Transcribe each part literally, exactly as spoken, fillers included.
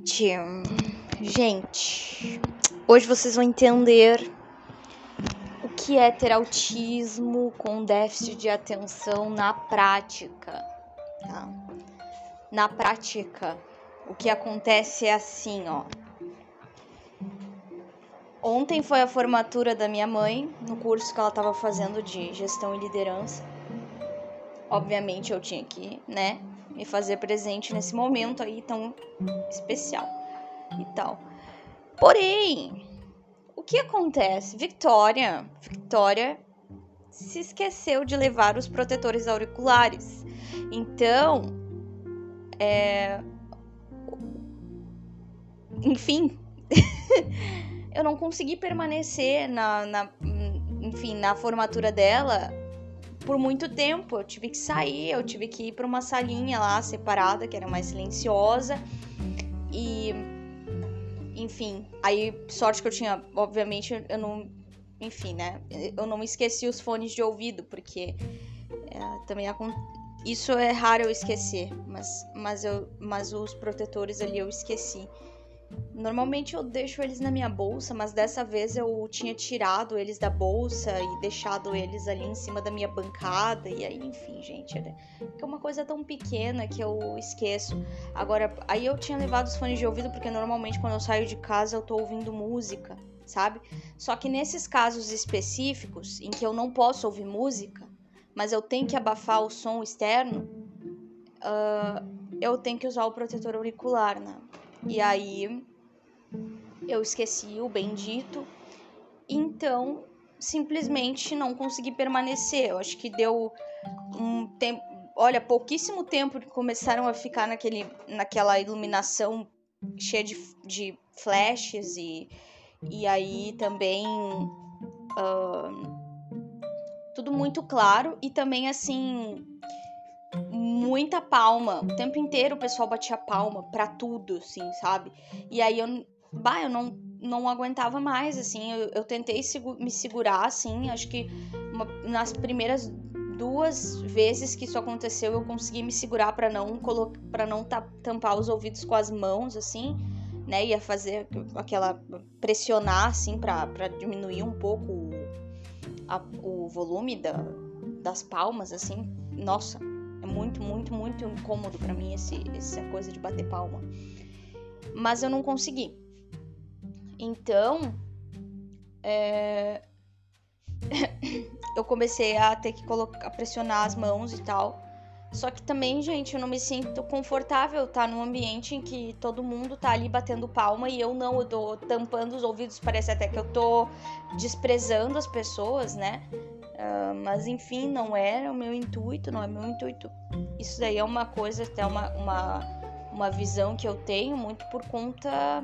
seguinte, gente, hoje vocês vão entender o que é ter autismo com déficit de atenção na prática, tá? Na prática, o que acontece é assim, ó. Ontem foi a formatura da minha mãe, no curso que ela estava fazendo de gestão e liderança. Obviamente eu tinha que, né, me fazer presente nesse momento aí tão especial e tal. Porém, o que acontece? Victoria, Victoria se esqueceu de levar os protetores auriculares. Então, é... enfim, eu não consegui permanecer na, na, enfim, na formatura dela por muito tempo. Eu tive que sair, eu tive que ir para uma salinha lá separada, que era mais silenciosa. E, enfim, aí, sorte que eu tinha, obviamente, eu não, enfim, né, eu não esqueci os fones de ouvido, porque é, também isso é raro eu esquecer, mas, mas, eu, mas os protetores ali eu esqueci. Normalmente eu deixo eles na minha bolsa, mas dessa vez eu tinha tirado eles da bolsa e deixado eles ali em cima da minha bancada. E aí, enfim, gente, é uma coisa tão pequena que eu esqueço. Agora, aí eu tinha levado os fones de ouvido porque normalmente quando eu saio de casa eu tô ouvindo música, sabe? Só que nesses casos específicos em que eu não posso ouvir música, mas eu tenho que abafar o som externo, uh, eu tenho que usar o protetor auricular, né? E aí eu esqueci o bendito, então simplesmente não consegui permanecer. Eu acho que deu um tempo, olha, pouquíssimo tempo que começaram a ficar naquele, naquela iluminação cheia de, de flashes e, e aí também uh, tudo muito claro e também assim muita palma, o tempo inteiro o pessoal batia palma pra tudo, assim, sabe? E aí eu, bah, eu não, não aguentava mais, assim, eu, eu tentei segu- me segurar, assim, acho que uma, nas primeiras duas vezes que isso aconteceu eu consegui me segurar pra não, colo- pra não ta- tampar os ouvidos com as mãos, assim, né? Ia fazer aquela, pressionar, assim, pra, pra diminuir um pouco o, a, o volume da, das palmas, assim, nossa. É muito, muito, muito incômodo pra mim esse, essa coisa de bater palma. Mas eu não consegui. Então, é... eu comecei a ter que colocar, a pressionar as mãos e tal. Só que também, gente, eu não me sinto confortável estar num ambiente em que todo mundo tá ali batendo palma e eu não, eu tô tampando os ouvidos. Parece até que eu tô desprezando as pessoas, né? Uh, mas enfim, não era o meu intuito, não é meu intuito. Isso daí é uma coisa, até uma, uma, uma visão que eu tenho muito por conta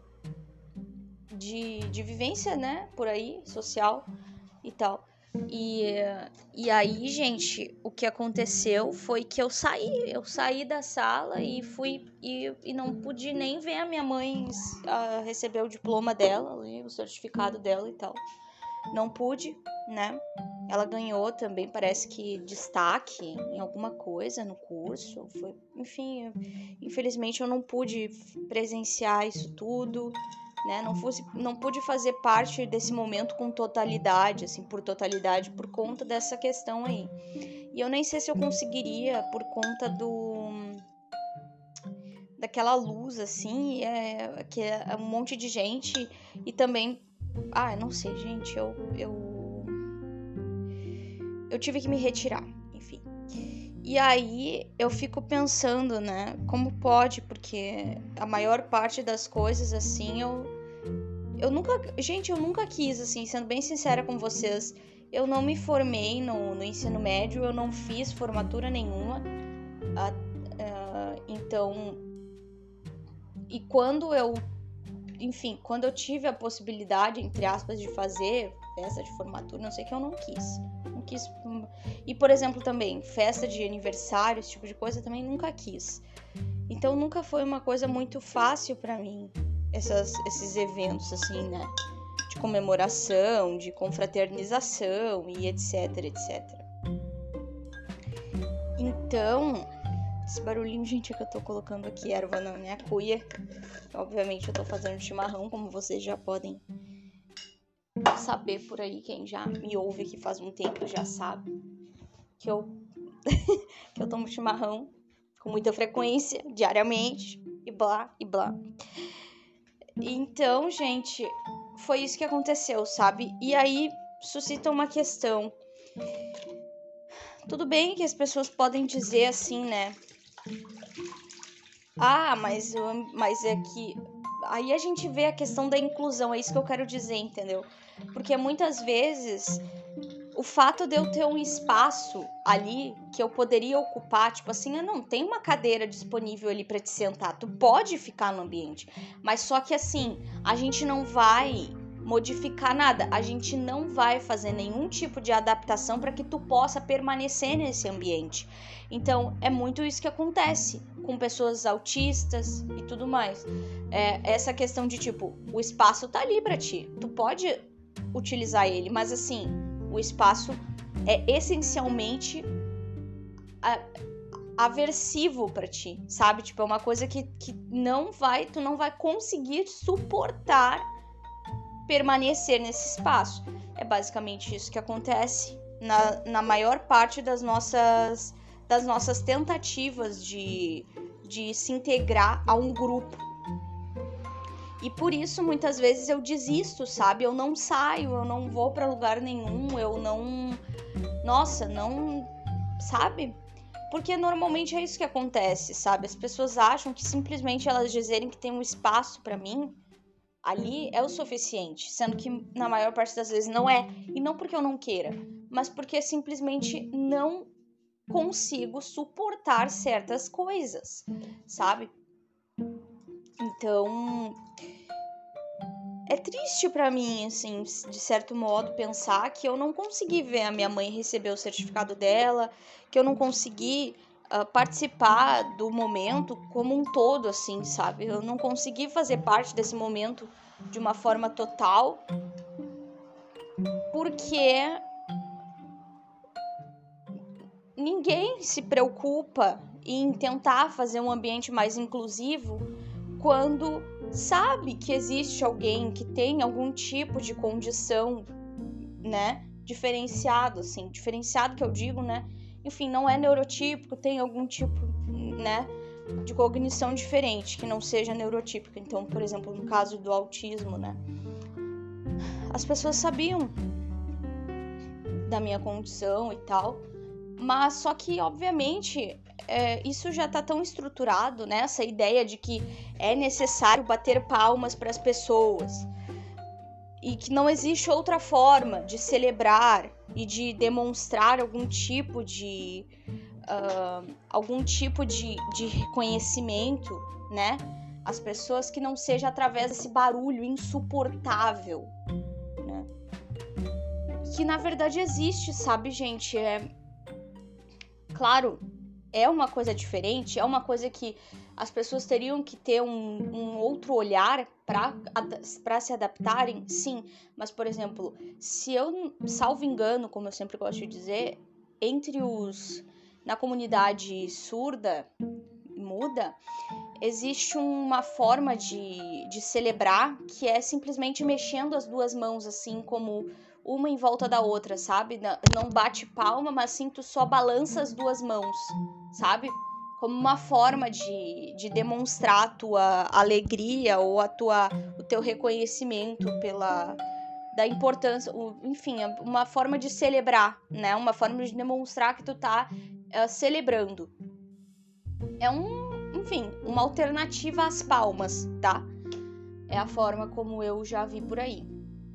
de, de vivência, né, por aí, social e tal. E, e aí, gente, o que aconteceu foi que eu saí, eu saí da sala e fui, e, e não pude nem ver a minha mãe uh, receber o diploma dela, o certificado dela e tal. Não pude, né? Ela ganhou também, parece que destaque em alguma coisa no curso. Foi, enfim, eu, infelizmente eu não pude presenciar isso tudo, né? Não, fosse, não pude fazer parte desse momento com totalidade, assim, por totalidade, por conta dessa questão aí. E eu nem sei se eu conseguiria por conta do daquela luz, assim, é, que é um monte de gente e também, ah, eu não sei, gente, eu, eu eu tive que me retirar, enfim. E aí eu fico pensando, né, como pode, porque a maior parte das coisas, assim, eu eu nunca, gente, eu nunca quis, assim, sendo bem sincera com vocês, eu não me formei no, no ensino médio, eu não fiz formatura nenhuma, a, a, então, e quando eu, enfim, quando eu tive a possibilidade, entre aspas, de fazer festa de formatura, não sei que eu não quis. Não quis. E, por exemplo, também, festa de aniversário, esse tipo de coisa, também nunca quis. Então, nunca foi uma coisa muito fácil pra mim, essas, esses eventos, assim, né? De comemoração, de confraternização e etc, etcétera. Então, Esse barulhinho, gente, é que eu tô colocando aqui erva na minha cuia. Obviamente eu tô fazendo chimarrão, como vocês já podem saber por aí. Quem já me ouve aqui faz um tempo já sabe que eu, que eu tomo chimarrão com muita frequência, diariamente, e blá, e blá. Então, gente, foi isso que aconteceu, sabe? E aí suscita uma questão. Tudo bem que as pessoas podem dizer assim, né? Ah, mas, mas é que... Aí a gente vê a questão da inclusão, é isso que eu quero dizer, entendeu? Porque muitas vezes o fato de eu ter um espaço ali que eu poderia ocupar, tipo assim, eu não tem uma cadeira disponível ali pra te sentar, tu pode ficar no ambiente, mas só que assim, a gente não vai modificar nada, a gente não vai fazer nenhum tipo de adaptação para que tu possa permanecer nesse ambiente. Então, é muito isso que acontece com pessoas autistas e tudo mais. É, essa questão de, tipo, o espaço tá ali pra ti, tu pode utilizar ele, mas assim, o espaço é essencialmente a, aversivo pra ti, sabe? Tipo, é uma coisa que, que não vai, tu não vai conseguir suportar permanecer nesse espaço. É basicamente isso que acontece na, na maior parte das nossas, das nossas tentativas de, de se integrar a um grupo. E por isso, muitas vezes, eu desisto, sabe? Eu não saio, eu não vou pra lugar nenhum, eu não... Nossa, não... Sabe? Porque normalmente é isso que acontece, sabe? As pessoas acham que simplesmente elas dizerem que tem um espaço pra mim ali é o suficiente, sendo que na maior parte das vezes não é. E não porque eu não queira, mas porque simplesmente não consigo suportar certas coisas, sabe? Então, é triste pra mim, assim, de certo modo, pensar que eu não consegui ver a minha mãe receber o certificado dela, que eu não consegui uh, participar do momento como um todo, assim, sabe? Eu não consegui fazer parte desse momento de uma forma total, porque ninguém se preocupa em tentar fazer um ambiente mais inclusivo quando sabe que existe alguém que tem algum tipo de condição, né, diferenciado, assim, diferenciado que eu digo, né, enfim, não é neurotípico, tem algum tipo, né, de cognição diferente, que não seja neurotípica. Então, por exemplo, no caso do autismo, né, as pessoas sabiam da minha condição e tal, mas só que, obviamente, é, isso já tá tão estruturado, né? Essa ideia de que é necessário bater palmas para as pessoas e que não existe outra forma de celebrar e de demonstrar algum tipo de uh, algum tipo de, de reconhecimento, né? As pessoas, que não seja através desse barulho insuportável, né? Que na verdade existe, sabe, gente? É claro, é uma coisa diferente, é uma coisa que as pessoas teriam que ter um, um outro olhar para se adaptarem, sim. Mas, por exemplo, se eu, salvo engano, como eu sempre gosto de dizer, entre os... na comunidade surda, muda, existe uma forma de, de celebrar que é simplesmente mexendo as duas mãos, assim, como uma em volta da outra, sabe? Não bate palma, mas sim tu só balança as duas mãos, sabe? Como uma forma de, de demonstrar a tua alegria ou a tua, o teu reconhecimento pela da importância, enfim, uma forma de celebrar, né? Uma forma de demonstrar que tu tá uh, celebrando. É um, enfim, uma alternativa às palmas, tá? É a forma como eu já vi por aí.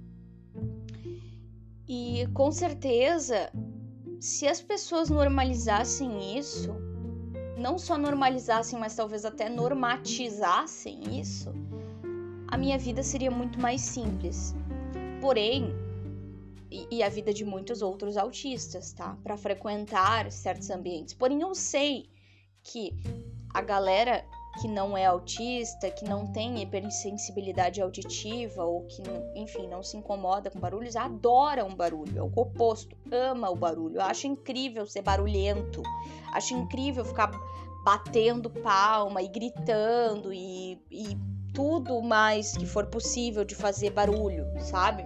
E com certeza, se as pessoas normalizassem isso, não só normalizassem, mas talvez até normatizassem isso, a minha vida seria muito mais simples. Porém, e, e a vida de muitos outros autistas, tá? Para frequentar certos ambientes. Porém, eu sei que a galera que não é autista, que não tem hipersensibilidade auditiva ou que, enfim, não se incomoda com barulhos, adora um barulho, é o oposto, ama o barulho, acha incrível ser barulhento, acha incrível ficar batendo palma e gritando e, e tudo mais que for possível de fazer barulho, sabe?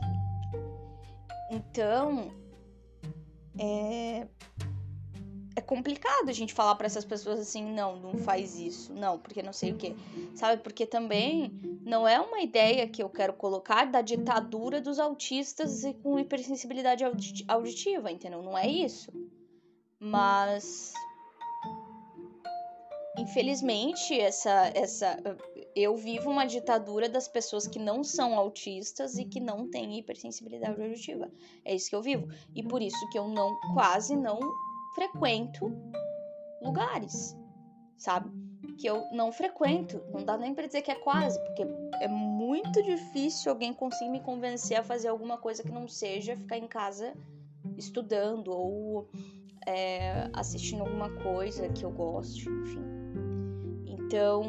Então, é, é complicado a gente falar para essas pessoas assim, não, não faz isso, não, porque não sei o quê, sabe? Porque também não é uma ideia que eu quero colocar da ditadura dos autistas e com hipersensibilidade auditiva, entendeu? Não é isso. Mas, infelizmente, essa, essa, eu vivo uma ditadura das pessoas que não são autistas e que não têm hipersensibilidade auditiva. É isso que eu vivo. E por isso que eu não, quase não frequento lugares, sabe? Que eu não frequento. Não dá nem pra dizer que é quase, porque é muito difícil alguém conseguir me convencer a fazer alguma coisa que não seja ficar em casa estudando ou é, assistindo alguma coisa que eu goste, enfim. Então,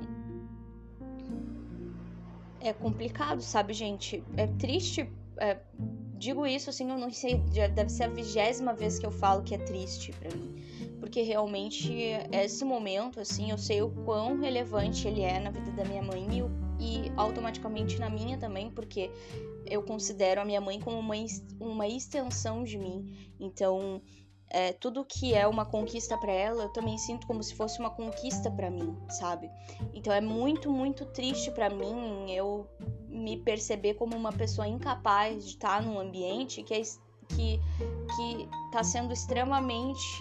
é complicado, sabe, gente? É triste, é, digo isso assim, eu não sei, já deve ser a vigésima vez que eu falo que é triste pra mim. Porque realmente, esse momento, assim, eu sei o quão relevante ele é na vida da minha mãe e, e automaticamente na minha também, porque eu considero a minha mãe como uma, uma extensão de mim. Então, É, tudo que é uma conquista pra ela, eu também sinto como se fosse uma conquista pra mim, sabe? Então é muito, muito triste pra mim eu me perceber como uma pessoa incapaz de estar num ambiente que, é, que, que tá sendo extremamente...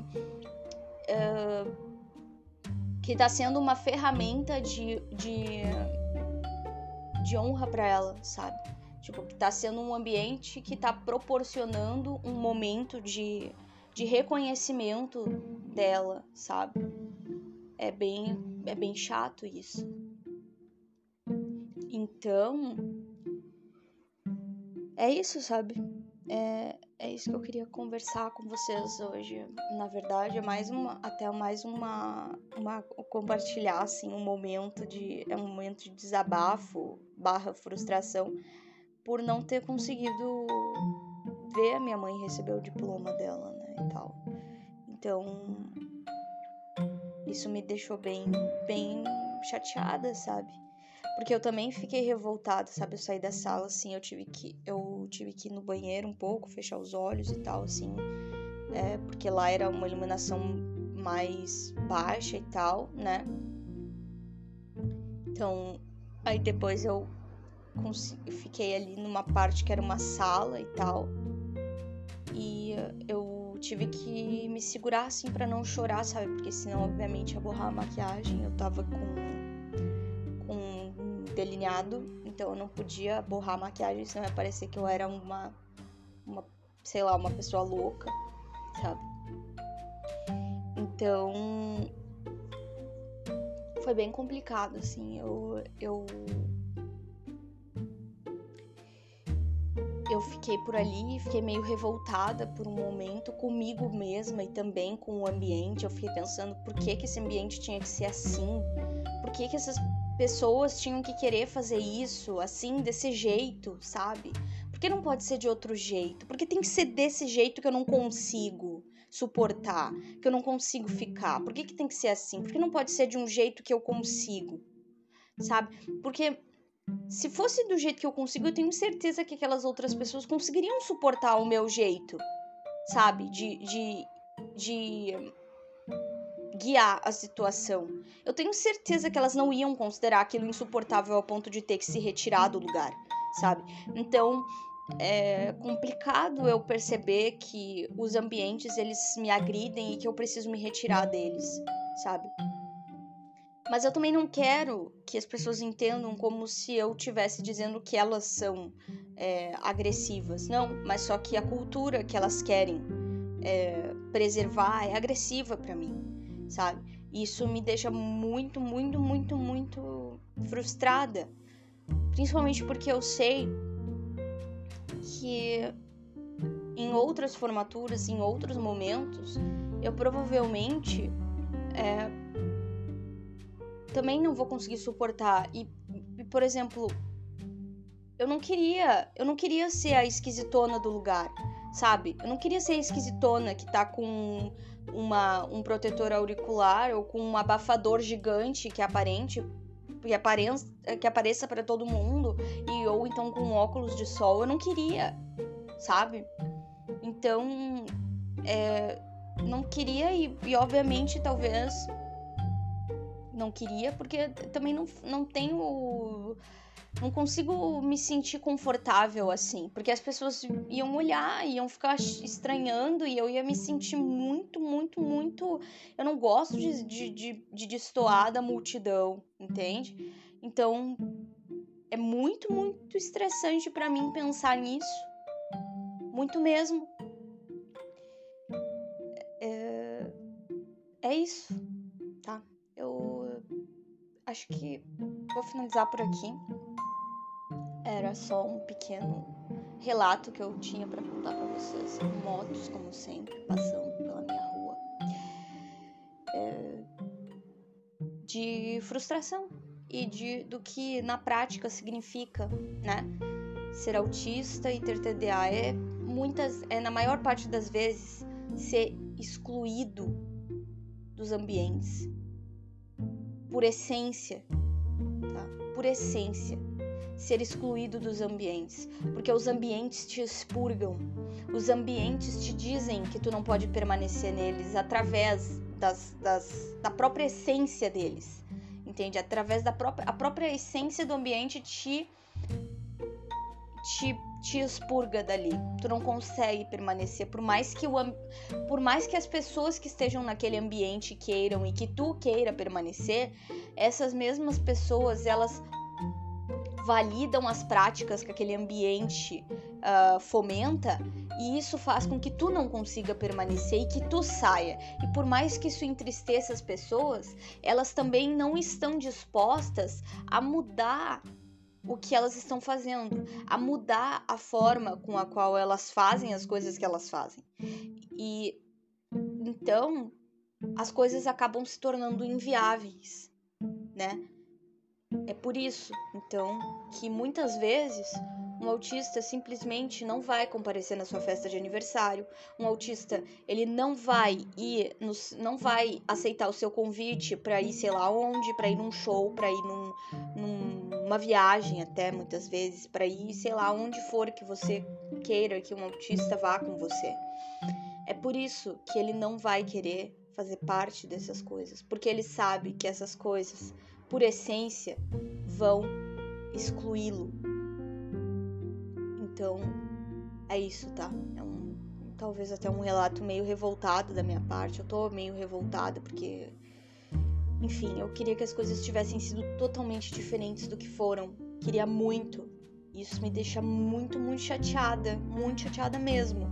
Uh, que tá sendo uma ferramenta de, de, de honra pra ela, sabe? Tipo, que tá sendo um ambiente que tá proporcionando um momento de... de reconhecimento dela, sabe? É bem, é bem chato isso. Então, é isso, sabe? É, é isso que eu queria conversar com vocês hoje. Na verdade, é mais uma, até mais uma, uma compartilhar, assim, um momento de, é um momento de desabafo barra frustração por não ter conseguido ver a minha mãe receber o diploma dela, né, e tal. Então, isso me deixou bem, bem chateada, sabe? Porque eu também fiquei revoltada, sabe? Eu saí da sala, assim, eu tive que, eu tive que ir no banheiro um pouco, fechar os olhos e tal, assim. É, porque lá era uma iluminação mais baixa e tal, né? Então, aí depois eu consegui, fiquei ali numa parte que era uma sala e tal. E eu tive que me segurar, assim, pra não chorar, sabe? Porque senão, obviamente, ia borrar a maquiagem. Eu tava com, com um delineado, então eu não podia borrar a maquiagem, senão ia parecer que eu era uma, uma, sei lá, uma pessoa louca, sabe? Então, foi bem complicado, assim. Eu... eu Eu fiquei por ali, fiquei meio revoltada por um momento comigo mesma e também com o ambiente. Eu fiquei pensando por que que esse ambiente tinha que ser assim, por que que essas pessoas tinham que querer fazer isso, assim, desse jeito, sabe? Por que não pode ser de outro jeito? Por que tem que ser desse jeito que eu não consigo suportar, que eu não consigo ficar? Por que que tem que ser assim? Por que não pode ser de um jeito que eu consigo, sabe? Porque... se fosse do jeito que eu consigo, eu tenho certeza que aquelas outras pessoas conseguiriam suportar o meu jeito, sabe? De, de, de guiar a situação. Eu tenho certeza que elas não iam considerar aquilo insuportável ao ponto de ter que se retirar do lugar, sabe? Então, é complicado eu perceber que os ambientes, eles me agridem e que eu preciso me retirar deles, sabe? Mas eu também não quero que as pessoas entendam como se eu estivesse dizendo que elas são é, agressivas. Não, mas só que a cultura que elas querem é, preservar é agressiva pra mim, sabe? Isso me deixa muito, muito, muito, muito frustrada. Principalmente porque eu sei que em outras formaturas, em outros momentos, eu provavelmente... É, também não vou conseguir suportar. E, e, por exemplo, eu não queria, eu não queria ser a esquisitona do lugar, sabe? Eu não queria ser a esquisitona que tá com, uma, um protetor auricular ou com um abafador gigante que aparente, que apareça, que apareça para todo mundo, e ou então com óculos de sol. Eu não queria, sabe? Então, é, não queria e, e obviamente talvez não queria porque também não, não tenho, não consigo me sentir confortável assim, porque as pessoas iam olhar, iam ficar estranhando e eu ia me sentir muito, muito, muito, eu não gosto de, de, de, de destoar da multidão, entende? Então é muito, muito estressante pra mim pensar nisso, muito mesmo. É, é isso, tá? Eu acho que vou finalizar por aqui. Era só um pequeno relato que eu tinha pra contar pra vocês. Motos, como sempre, passando pela minha rua. É, de frustração e de, do que na prática significa, né? Ser autista e ter T D A é muitas, é na maior parte das vezes ser excluído dos ambientes. Por essência, tá? Por essência, ser excluído dos ambientes, porque os ambientes te expurgam, os ambientes te dizem que tu não pode permanecer neles através das, das, da própria essência deles, entende? Através da própria, a própria essência do ambiente te, te, te expurga dali, tu não consegue permanecer, por mais que o, por mais que as pessoas que estejam naquele ambiente queiram e que tu queira permanecer, essas mesmas pessoas, elas validam as práticas que aquele ambiente uh, fomenta, e isso faz com que tu não consiga permanecer e que tu saia. E por mais que isso entristeça as pessoas, elas também não estão dispostas a mudar o que elas estão fazendo, a mudar a forma com a qual elas fazem as coisas que elas fazem. E então as coisas acabam se tornando inviáveis, né? É por isso, então, que muitas vezes um autista simplesmente não vai comparecer na sua festa de aniversário. Um autista, ele não vai ir, nos, não vai aceitar o seu convite para ir sei lá onde, para ir num show, para ir num, numa viagem até, muitas vezes, para ir sei lá onde for que você queira que um autista vá com você. É por isso que ele não vai querer fazer parte dessas coisas, porque ele sabe que essas coisas, por essência, vão excluí-lo. Então, é isso, tá? É um, talvez até um relato meio revoltado da minha parte. Eu tô meio revoltada porque, enfim, eu queria que as coisas tivessem sido totalmente diferentes do que foram. Queria muito. Isso me deixa muito, muito chateada. Muito chateada mesmo.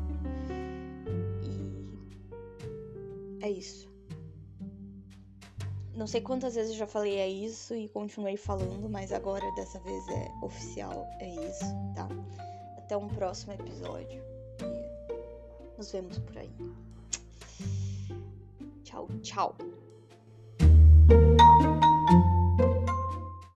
E é isso. Não sei quantas vezes eu já falei é isso e continuei falando, mas agora dessa vez é oficial, é isso, tá? Até um próximo episódio e nos vemos por aí. Tchau, tchau.